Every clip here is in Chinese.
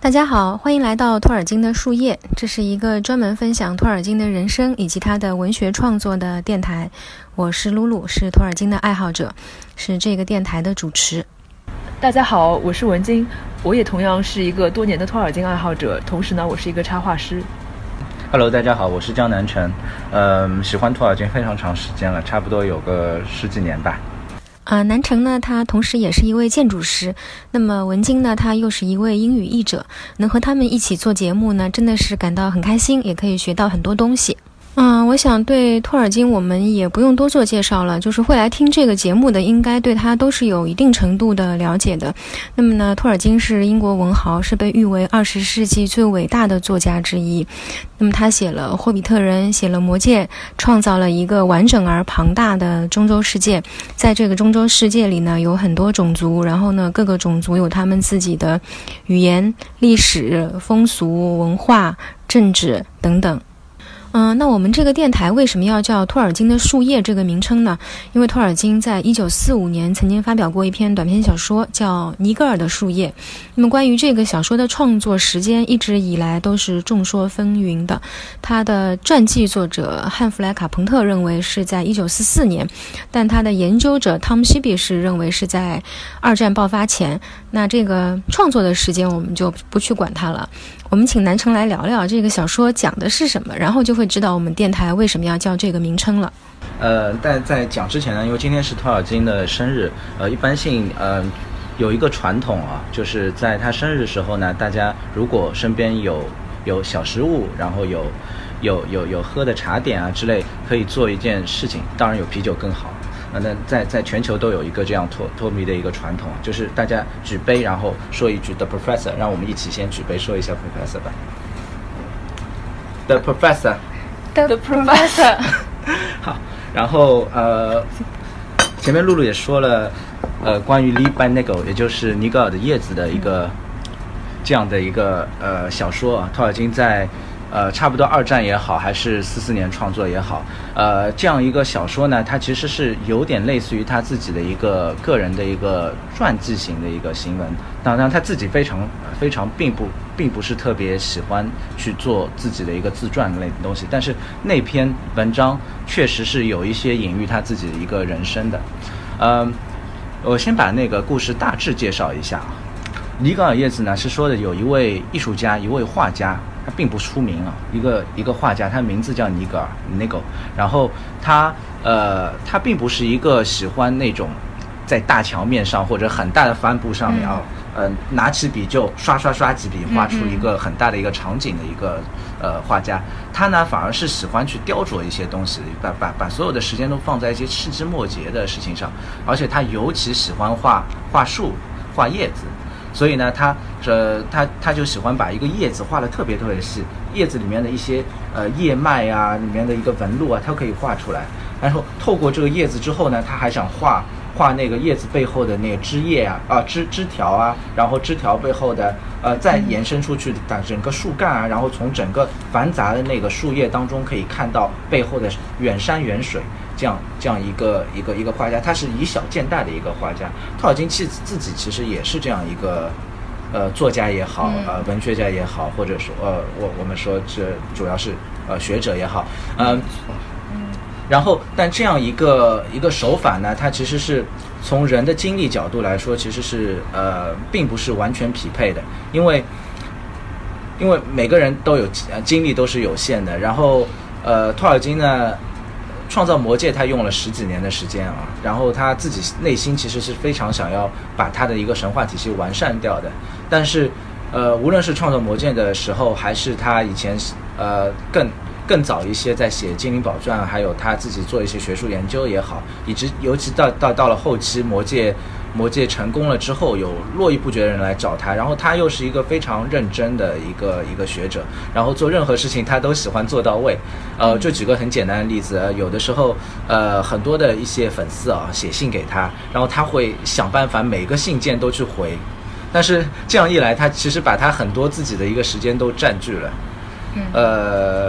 大家好，欢迎来到托尔金的树叶，这是一个专门分享托尔金的人生以及他的文学创作的电台。我是露露，是托尔金的爱好者，是这个电台的主持。 大家好，我是文晶，我也同样是一个多年的托尔金爱好者，同时呢，我是一个插画师。 Hello， 大家好，我是江南晨，喜欢托尔金非常长时间了，差不多有个10几年吧。 南城呢，他同时也是一位建筑师。那么文晶呢，他又是一位英语译者。能和他们一起做节目呢，真的是感到很开心，也可以学到很多东西。我想对托尔金我们也不用多做介绍了，就是会来听这个节目的应该对他都是有一定程度的了解的。那么呢，托尔金是英国文豪，是被誉为20世纪最伟大的作家之一。那么他写了《霍比特人》，写了《魔戒》，创造了一个完整而庞大的中洲世界。在这个中洲世界里呢，有很多种族，然后呢，各个种族有他们自己的语言、历史、风俗、文化、政治等等。那我们这个电台为什么要叫托尔金的树叶这个名称呢？因为托尔金在1945年曾经发表过一篇短篇小说叫《尼格尔的树叶》。那么关于这个小说的创作时间一直以来都是众说纷纭的。他的传记作者汉弗莱卡彭特认为是在1944年，但他的研究者汤姆希比是认为是在二战爆发前。那这个创作的时间我们就不去管它了。我们请南城来聊聊这个小说讲的是什么，然后就会知道我们电台为什么要叫这个名称了。 但在讲之前呢，因为今天是托尔金的生日，一般性有一个传统啊，就是在他生日的时候呢，大家如果身边有小食物，然后有喝的茶点啊之类，可以做一件事情，当然有啤酒更好。那在全球都有一个这样托迷的一个传统，就是大家举杯，然后说一句 The Professor， 让我们一起先举杯说一下 Professor 吧。The Professor。The Professor。 好，然后前面露露也说了，关于 Leaf by Nigel， 也就是尼格尔的叶子的一个这样的一个小说啊，托尔金在差不多二战也好，还是44年创作也好，这样一个小说呢，它其实是有点类似于他自己的一个个人的一个传记型的一个行文。当然他自己非常并不是特别喜欢去做自己的一个自传类的东西，但是那篇文章确实是有一些隐喻他自己的一个人生的。我先把那个故事大致介绍一下。尼格尔叶子呢是说的有一位艺术家，一位画家，他并不出名啊，一个画家，他名字叫尼格尔 Nigel， 然后他并不是一个喜欢那种在大墙面上或者很大的帆布上面拿起笔就刷几笔画出一个很大的一个场景的一个画家。他呢反而是喜欢去雕琢一些东西，把所有的时间都放在一些细枝末节的事情上，而且他尤其喜欢画树、画叶子。所以呢，他就喜欢把一个叶子画得特别细，叶子里面的一些叶脉啊，里面的一个纹路啊，他可以画出来。然后透过这个叶子之后呢，他还想画那个叶子背后的那个枝叶啊，枝条啊，然后枝条背后的再延伸出去的整个树干啊，然后从整个繁杂的那个树叶当中可以看到背后的远山远水。这样一个画家，他是以小见大的一个画家。托尔金自己其实也是这样一个作家也好，文学家也好，或者说我们说这主要是学者也好，然后但这样一个手法呢，它其实是从人的经历角度来说，其实是并不是完全匹配的，因为每个人都有精力都是有限的。然后托尔金呢创造魔戒他用了10几年的时间啊，然后他自己内心其实是非常想要把他的一个神话体系完善掉的。但是无论是创造魔戒的时候，还是他以前更早一些在写精灵宝钻，还有他自己做一些学术研究也好，尤其到了后期魔戒成功了之后，有络绎不绝的人来找他，然后他又是一个非常认真的一个学者，然后做任何事情他都喜欢做到位。就举个很简单的例子，有的时候很多的一些粉丝啊写信给他，然后他会想办法每个信件都去回，但是这样一来，他其实把他很多自己的一个时间都占据了。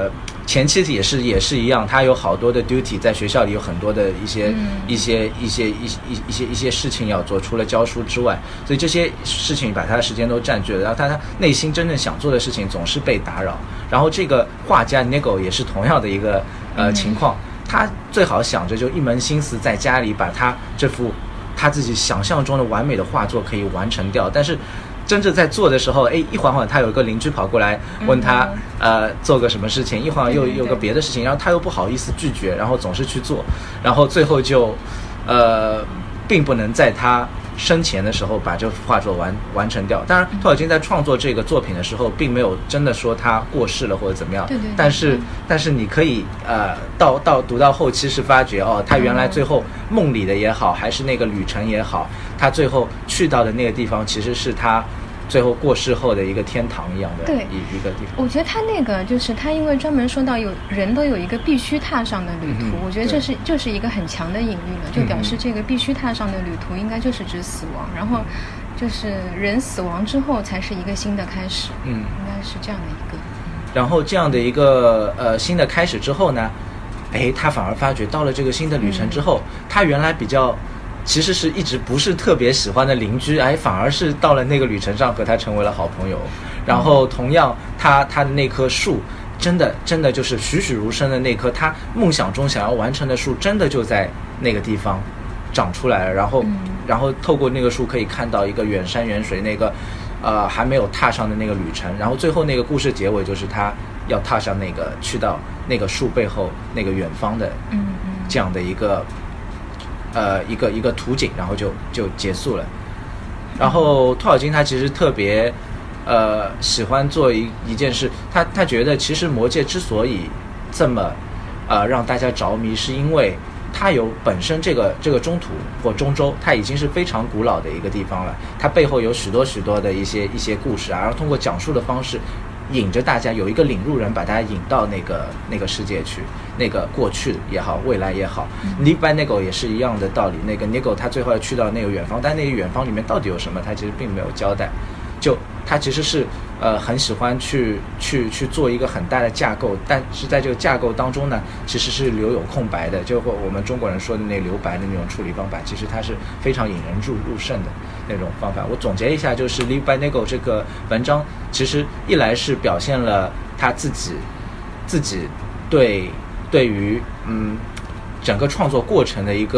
前期也是一样，他有好多的 duty， 在学校里有很多的一些事情要做，除了教书之外，所以这些事情把他的时间都占据了，然后他内心真正想做的事情总是被打扰。然后这个画家 Nego 也是同样的一个情况，他最好想着就一门心思在家里把他这幅他自己想象中的完美的画作可以完成掉，但是真正在做的时候，一会儿他有一个邻居跑过来问他，做个什么事情，一会儿又有个别的事情，然后他又不好意思拒绝，然后总是去做，然后最后就，并不能在他生前的时候把这幅画作完成掉。当然，托尔金在创作这个作品的时候，并没有真的说他过世了或者怎么样， 对， 但是你可以读到后期是发觉他原来最后梦里的也好，还是那个旅程也好，他最后去到的那个地方，其实是他最后过世后的一个天堂一样的一个地方。 我觉得他那个就是他因为专门说到有人都有一个必须踏上的旅途，我觉得这就是一个很强的隐喻了，就表示这个必须踏上的旅途应该就是指死亡，然后就是人死亡之后才是一个新的开始，应该是这样的一个。 然后这样的一个新的开始之后呢，他反而发觉到了这个新的旅程之后，他原来比较其实是一直不是特别喜欢的邻居，反而是到了那个旅程上和他成为了好朋友。然后同样他的那棵树真的就是栩栩如生的那棵他梦想中想要完成的树，真的就在那个地方长出来了。然后透过那个树可以看到一个远山远水，那个还没有踏上的那个旅程。然后最后那个故事结尾就是他要踏上那个去到那个树背后那个远方的这样的一个一个图景，然后就结束了。然后托尔金他其实特别喜欢做一件事，他觉得其实魔戒之所以这么让大家着迷，是因为它有本身这个中土或中州，它已经是非常古老的一个地方了，它背后有许多的一些故事然后通过讲述的方式引着大家，有一个领路人把大家引到那个世界去，那个过去也好，未来也好。Live by Nego 也是一样的道理，那个 Nego 他最后要去到那个远方，但那个远方里面到底有什么，他其实并没有交代。就他其实是很喜欢去做一个很大的架构，但是在这个架构当中呢，其实是留有空白的，就我们中国人说的那留白的那种处理方法，其实它是非常引人入胜的那种方法。我总结一下，就是 Live by Nego 这个文章，其实一来是表现了他自己对于整个创作过程的一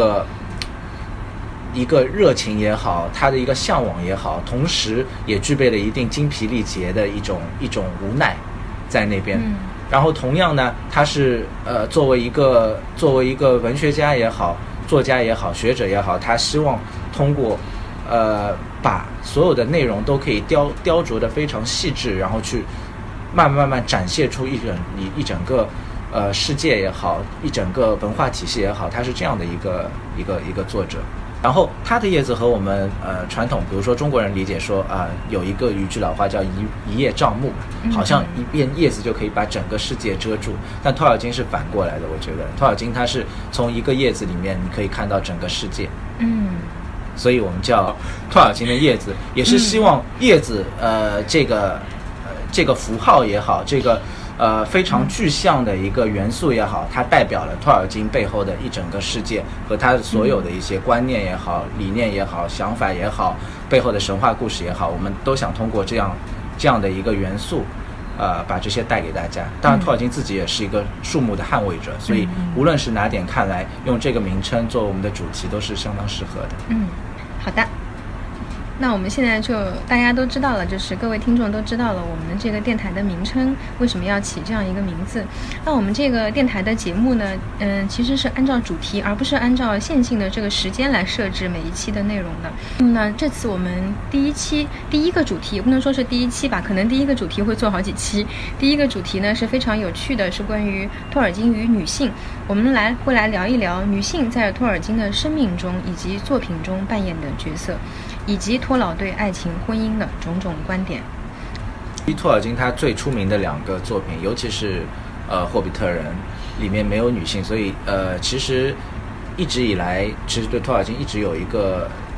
个热情也好，他的一个向往也好，同时也具备了一定精疲力竭的一种无奈在那边。然后同样呢，他是作为一个文学家也好，作家也好，学者也好，他希望通过把所有的内容都可以雕琢得非常细致，然后去慢慢展现出一整个世界也好，一整个文化体系也好，他是这样的一个作者。然后他的叶子和我们传统，比如说中国人理解说有一个语句老话叫一叶障目，好像一片叶子就可以把整个世界遮住。但托尔金是反过来的，我觉得托尔金他是从一个叶子里面你可以看到整个世界。所以我们叫托尔金的叶子，也是希望叶子这个符号也好，这个非常具象的一个元素也好，它代表了托尔金背后的一整个世界和他所有的一些观念也好，理念也好，想法也好，背后的神话故事也好，我们都想通过这样的一个元素把这些带给大家。当然托尔金自己也是一个树木的捍卫者，所以无论是哪点看来，用这个名称做我们的主题都是相当适合的。 好的。那我们现在就大家都知道了，就是各位听众都知道了我们这个电台的名称为什么要起这样一个名字。那我们这个电台的节目呢，其实是按照主题而不是按照线性的这个时间来设置每一期的内容的。那么呢，这次我们第一个主题也不能说是第一期吧，可能第一个主题会做好几期。第一个主题呢是非常有趣的，是关于托尔金与女性。我们会来聊一聊女性在托尔金的生命中以及作品中扮演的角色，以及托老对爱情婚姻的种种观点。 托尔金他最出名的两个作品，尤其是霍比特人里面没有女性，所以其实一直以来其实对托尔金一直有一个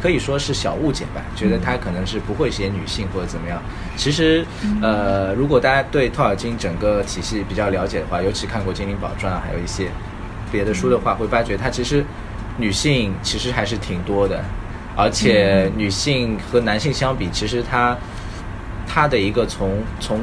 可以说是小误解吧，觉得他可能是不会写女性或者怎么样。其实如果大家对托尔金整个体系比较了解的话，尤其看过《精灵宝传》还有一些别的书的话，会发觉他其实女性其实还是挺多的，而且女性和男性相比，其实他的一个从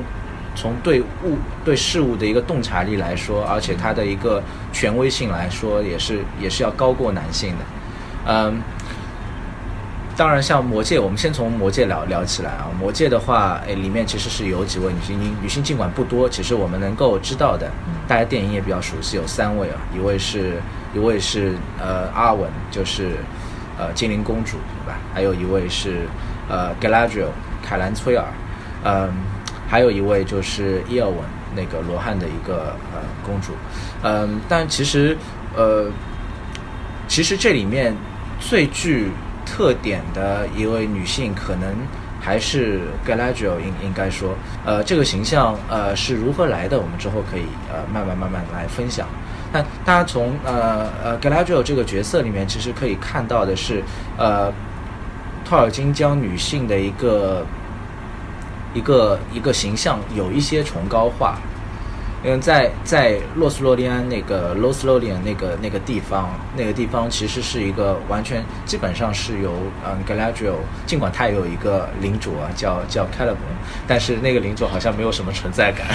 对事物的一个洞察力来说，而且他的一个权威性来说，也是要高过男性的。当然像魔戒，我们先从魔戒聊起来啊。魔戒的话，里面其实是有几位女性尽管不多，其实我们能够知道的，大家电影也比较熟悉，有3位啊，一位是阿文，就是精灵公主，对吧？还有一位是Galadriel 凯兰崔尔，还有一位就是伊尔文，那个罗汉的一个公主。但其实这里面最具特点的一位女性，可能还是 Galadriel 应该说，这个形象是如何来的，我们之后可以慢慢来分享。但大家从Galadriel 这个角色里面，其实可以看到的是，托尔金将女性的一个形象有一些崇高化。因为在洛斯洛利安那个 Lothlorien 那个地方其实是一个完全基本上是由Galadriel， 尽管他也有一个领主啊叫 Celeborn， 但是那个领主好像没有什么存在感，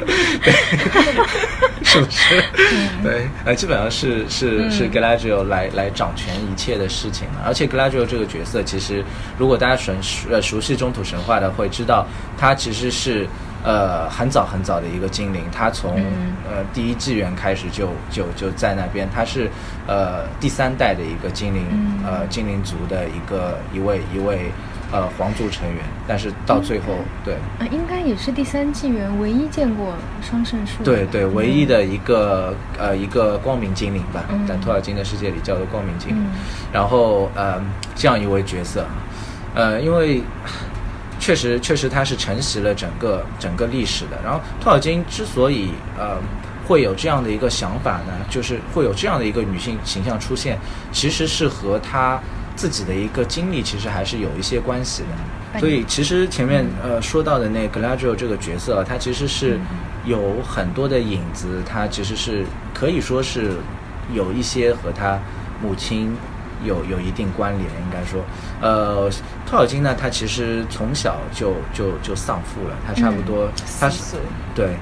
是不是？对，基本上是 Galadriel 来掌权一切的事情了。而且 Galadriel 这个角色，其实如果大家熟悉中土神话的，会知道他其实是很早的一个精灵，他从第一纪元开始就在那边，他是第3代的一个精灵族的一位皇族成员，但是到最后对应该也是第3纪元唯一见过双圣树， 对唯一的一个光明精灵吧，在托尔金的世界里叫做光明精灵。然后这样一位角色，因为确实它是承袭了整个历史的。然后托尔金之所以会有这样的一个想法呢，就是会有这样的一个女性形象出现，其实是和他自己的一个经历其实还是有一些关系的。所以其实前面说到的那个 Galadriel 这个角色，它其实是有很多的影子，它其实是可以说是有一些和他母亲有一定关联，应该说，托尔金呢，他其实从小就丧父了，他差不多他是对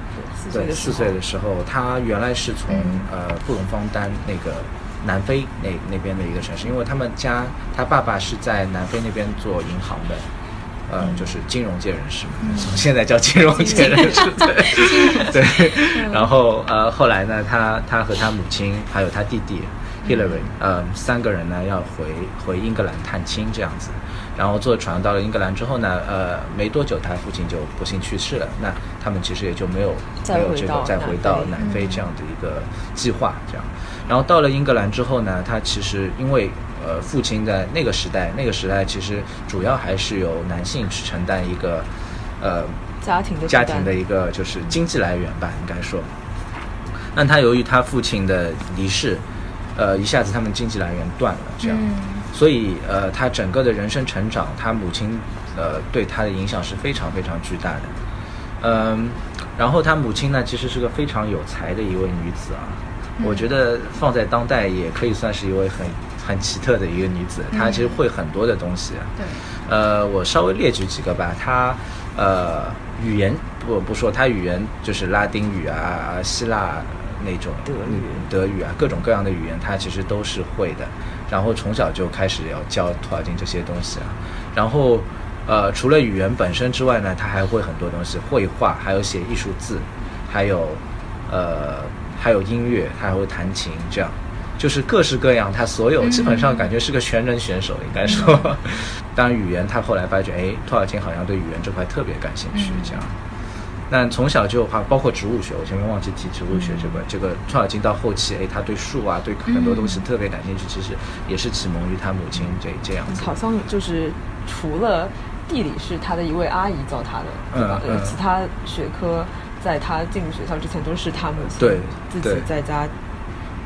4岁的时候，他原来是从布隆方丹那个南非那边的一个城市，因为他爸爸是在南非那边做银行的，就是金融界人士嘛，现在叫金融界人士，对。然后后来呢，他和他母亲还有他弟弟Hillary 3个人呢要回英格兰探亲这样子，然后坐船到了英格兰之后呢，没多久他父亲就不幸去世了，那他们其实也就没有这个再回到南非这样的一个计划这样。然后到了英格兰之后呢，他其实因为父亲在那个时代其实主要还是由男性去承担一个家庭的一个就是经济来源吧，应该说。那他由于他父亲的离世，一下子他们经济来源断了，这样，所以他整个的人生成长，他母亲对他的影响是非常非常巨大的。然后他母亲呢，其实是个非常有才的一位女子啊，我觉得放在当代也可以算是一位很奇特的一个女子，她其实会很多的东西。对，我稍微列举几个吧。她语言不说，她语言就是拉丁语啊、希腊那种德语啊，各种各样的语言她其实都是会的。然后从小就开始要教托尔金这些东西啊。然后除了语言本身之外呢，她还会很多东西，绘画，还有写艺术字，还有音乐，他还会弹琴，这样就是各式各样，他所有基本上感觉是个全能选手，应该说。当然语言他后来发觉，托尔金好像对语言这块特别感兴趣，这样。那从小就包括植物学，我前面忘记提植物学这个托尔金到后期，他对树啊，对很多东西特别感兴趣，其实也是启蒙于他母亲这样子。 好像就是除了地理是他的一位阿姨教他的，其他学科在他进学校之前都是他母亲自己在家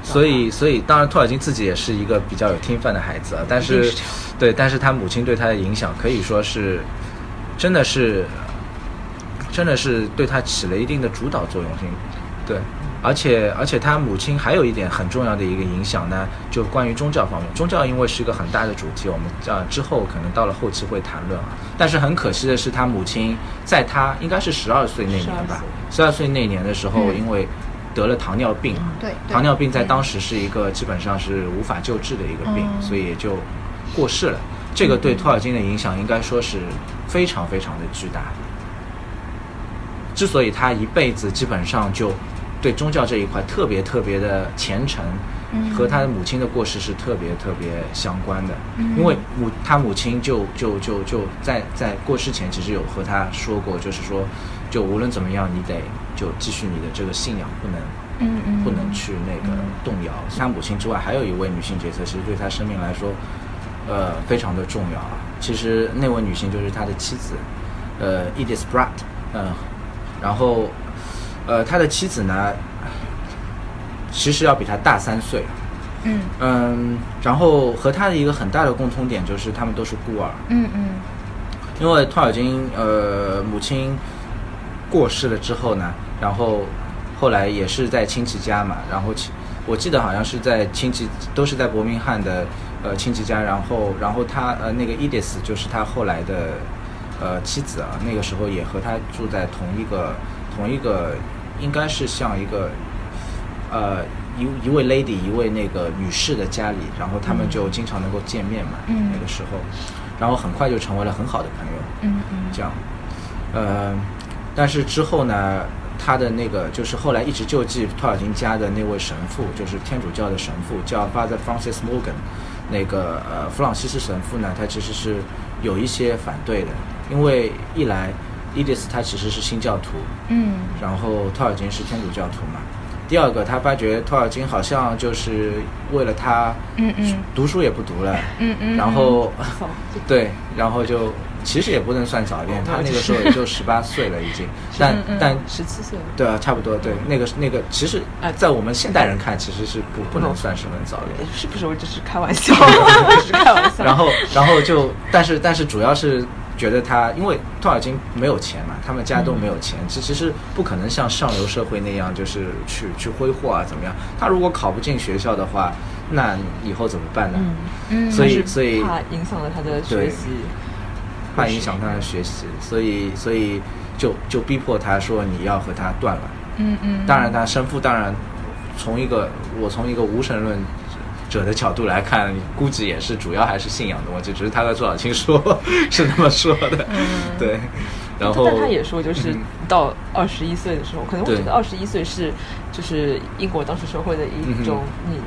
所以当然托尔金自己也是一个比较有天分的孩子啊，但是他母亲对他的影响可以说是真的是对他起了一定的主导作用性，对。而且他母亲还有一点很重要的一个影响呢，就关于宗教方面。宗教因为是一个很大的主题，我们之后可能到了后期会谈论啊。但是很可惜的是，他母亲在他应该是12岁那年吧，12岁那年的时候，因为得了糖尿病，糖尿病在当时是一个基本上是无法救治的一个病，所以也就过世了。这个对托尔金的影响应该说是非常非常的巨大。之所以他一辈子基本上就对宗教这一块特别特别的虔诚，和他的母亲的过世是特别特别相关的。因为他母亲就在过世前其实有和他说过，就是说就无论怎么样你得就继续你的这个信仰，不能去那个动摇。他母亲之外还有一位女性角色，其实对他生命来说非常的重要啊。其实那位女性就是他的妻子Edith Bratt，然后他的妻子呢，其实要比他大3岁，然后和他的一个很大的共通点就是他们都是孤儿，因为托尔金母亲过世了之后呢，然后后来也是在亲戚家嘛，然后我记得好像是在亲戚都是在伯明翰的亲戚家，然后他那个 Edith 就是他后来的妻子啊，那个时候也和他住在同一个应该是像一个一位 lady 一位那个女士的家里，然后他们就经常能够见面嘛，那个时候，然后很快就成为了很好的朋友，这样，但是之后呢，他的那个就是后来一直救济托尔金家的那位神父，就是天主教的神父，叫 Father Francis Morgan， 那个弗朗西斯神父呢，他其实是有一些反对的，因为一来Edith 他其实是新教徒，然后托尔金是天主教徒嘛。第二个，他发觉托尔金好像就是为了他，读书也不读了，然后，对，然后就其实也不能算早恋，他那个时候也就18岁了已经，但 17岁， 对啊，差不多，对，那个其实，在我们现代人看，其实是不能算什么早恋， 是不是？我只是开玩笑，只是开玩笑。 然后就，但是主要是觉得他，因为托尔金没有钱嘛，他们家都没有钱，其实不可能像上流社会那样，就是去挥霍啊，怎么样？他如果考不进学校的话，那以后怎么办呢？所以怕影响了他的学习， 怕影响他的学习，所以就逼迫他说你要和他断了。当然他生父当然从一个无神论者的角度来看，估计也是主要还是信仰的问题，只是他和周小青说是那么说的，对。然后， 但他也说，就是到21岁的时候，可能我觉得21岁是就是英国当时社会的一种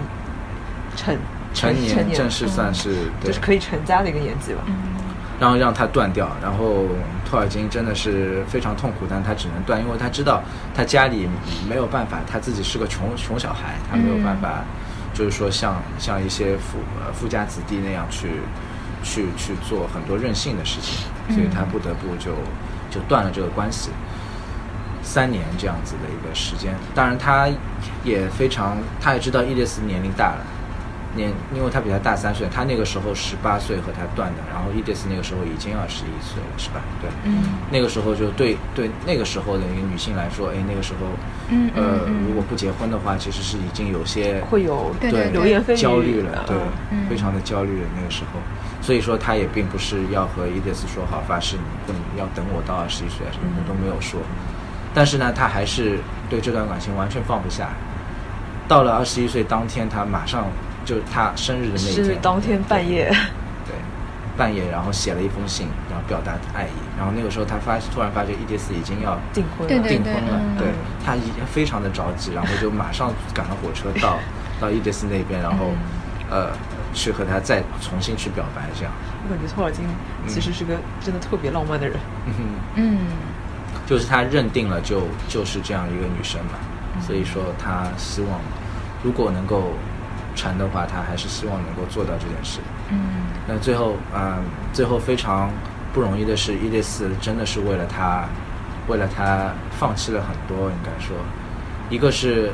成年正式算是就是可以成家的一个年纪吧。 然后让他断掉，然后托尔金真的是非常痛苦，但他只能断，因为他知道他家里没有办法，他自己是个穷小孩，他没有办法。就是说像一些富家子弟那样去做很多任性的事情，所以他不得不就断了这个关系，3年这样子的一个时间。当然他也知道伊列斯年龄大了，因为他比他大3岁，他那个时候18岁和他断的，然后伊列斯那个时候已经21岁了，是吧？对，那个时候就对那个时候的一个女性来说，那个时候，如果不结婚的话，其实是已经有些会有对流言蜚语焦虑了，对，非常的焦虑了那个时候。所以说他也并不是要和伊列斯说好发誓你要等我到21岁啊什么的都没有说，但是呢，他还是对这段感情完全放不下。到了21岁当天，他马上就他生日的那一天， 是当天半夜， 对，半夜，然后写了一封信，然后表达爱意。然后那个时候他突然发觉伊迪丝已经要订婚了，对，他已经非常的着急，然后就马上赶了火车到伊迪丝那边，然后去和他再重新去表白，这样。 我感觉托尔金其实是个真的特别浪漫的人， 就是他认定了就是这样一个女生嘛，所以说他希望如果能够成的话，他还是希望能够做到这件事。那最后非常不容易的是，伊列斯真的是为了他放弃了很多，应该说，一个是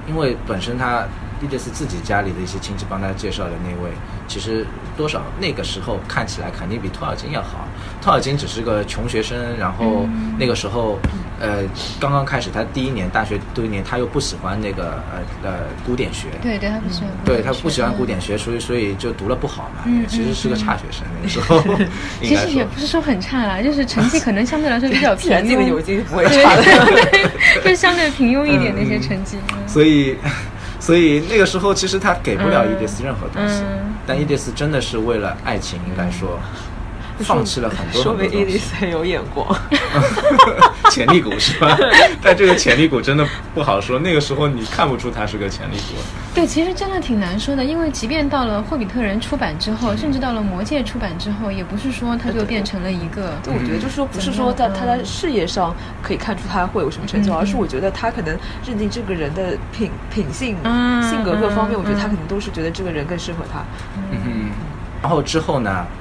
因为本身他伊迪丝自己家里的一些亲戚帮他介绍的那位，其实多少那个时候看起来肯定比托尔金要好。托尔金只是个穷学生，然后那个时候刚刚开始，他大学第一年他又不喜欢那个古典学， 对他不喜欢， 对他不喜欢古典学，所以就读了不好嘛，其实是个差学生那个时候。 其实也不是说很差啦，就是成绩可能相对来说比较平庸， 这个有经不会差的， 就是相对平庸一点的一些成绩。 所以那个时候其实他给不了伊迪丝任何东西，但伊迪丝真的是为了爱情，应该说放弃了很多很多东西。 说明伊迪丝很有眼光， 潜力股是吧？但这个潜力股真的不好说，那个时候你看不出他是个潜力股。 对，其实真的挺难说的，因为即便到了霍比特人出版之后，甚至到了魔戒出版之后，也不是说他就变成了一个。 对，我觉得就是说，不是说在他的事业上可以看出他会有什么成就，而是我觉得他可能认定这个人的品性、性格各方面，我觉得他可能都是觉得这个人更适合他。 然后之后呢？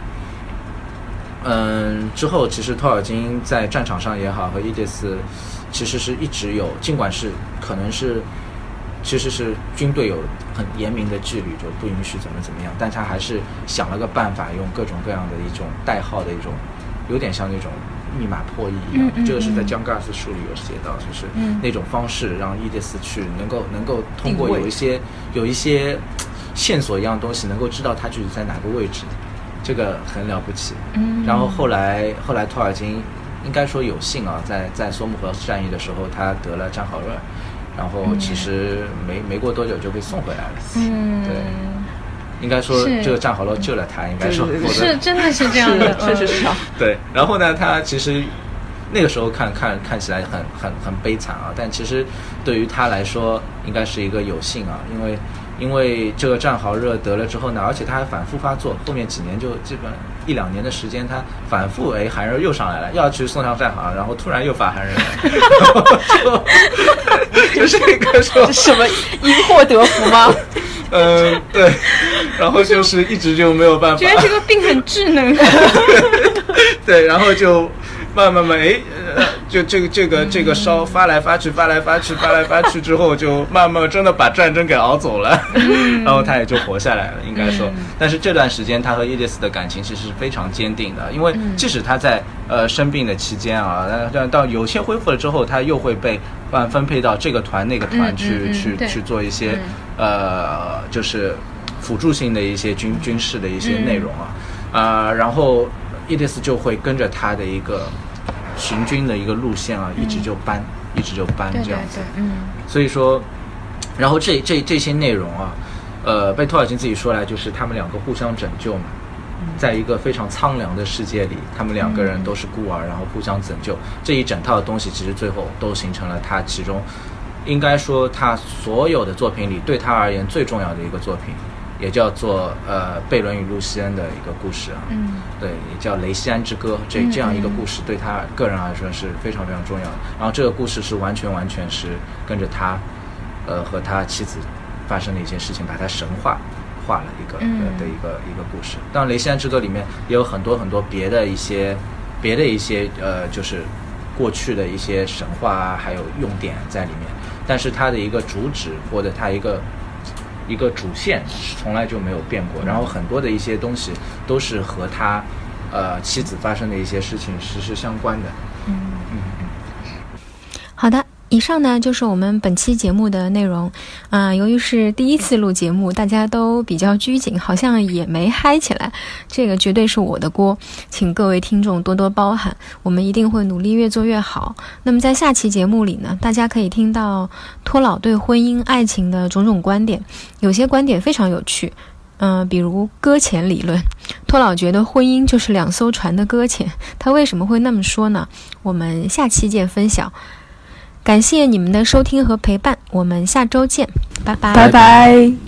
之后其实托尔金在战场上也好，和伊迪丝其实是一直有，尽管是可能是其实是军队有很严明的纪律，就不允许怎么样，但他还是想了个办法，用各种各样的一种代号的一种，有点像那种密码破译一样。这个是在江盖斯书里有写到，就是那种方式让伊迪丝去能够通过有一些线索一样东西，能够知道他具体在哪个位置。这个很了不起。然后后来托尔金应该说有幸啊，在索姆河战役的时候，他得了战壕热，然后其实没过多久就被送回来了。对，应该说这个战壕热救了他，应该说是真的是这样的， 确实是这样。 对，然后呢，他其实那个时候看起来很悲惨啊，但其实对于他来说应该是一个有幸啊，因为这个战壕热得了之后呢，而且他还反复发作，后面几年就基本1-2年的时间，他反复寒热又上来了，要去送上战壕，然后突然又发寒热了，就是一个说这什么因祸得福吗？ 对，然后就是一直就没有办法， 觉得这个病很智能。 对，然后就慢慢就这个烧发来发去之后，就慢慢真的把战争给熬走了，然后他也就活下来了，应该说。但是这段时间他和伊迪丝的感情其实是非常坚定的，因为即使他在生病的期间啊，到有些恢复了之后，他又会被分配到这个团那个团去做一些就是辅助性的一些军事的一些内容啊，然后伊迪丝就会跟着他的一个行军的一个路线啊，一直就搬这样子。所以说，然后这些内容啊，被托尔金自己说来，就是他们两个互相拯救嘛，在一个非常苍凉的世界里，他们两个人都是孤儿，然后互相拯救，这一整套的东西，其实最后都形成了他其中，应该说他所有的作品里，对他而言最重要的一个作品。也叫做贝伦与露西恩的一个故事啊，对，也叫雷西安之歌，这样一个故事对他个人来说是非常非常重要的。然后这个故事是完全是跟着他和他妻子发生的一件事情，把他神化了一个故事。当然雷西安之歌里面也有很多很多别的一些就是过去的一些神话啊，还有用典在里面，但是它的一个主旨或者它一个主线从来就没有变过，然后很多的一些东西都是和他妻子发生的一些事情息息相关的。 好的，以上呢就是我们本期节目的内容由于是第一次录节目，大家都比较拘谨，好像也没嗨起来，这个绝对是我的锅，请各位听众多多包涵，我们一定会努力越做越好。那么在下期节目里呢，大家可以听到托老对婚姻爱情的种种观点，有些观点非常有趣，比如搁浅理论。托老觉得婚姻就是2艘船的搁浅，他为什么会那么说呢？我们下期见分晓。感谢你们的收听和陪伴，我们下周见，拜拜。 拜拜。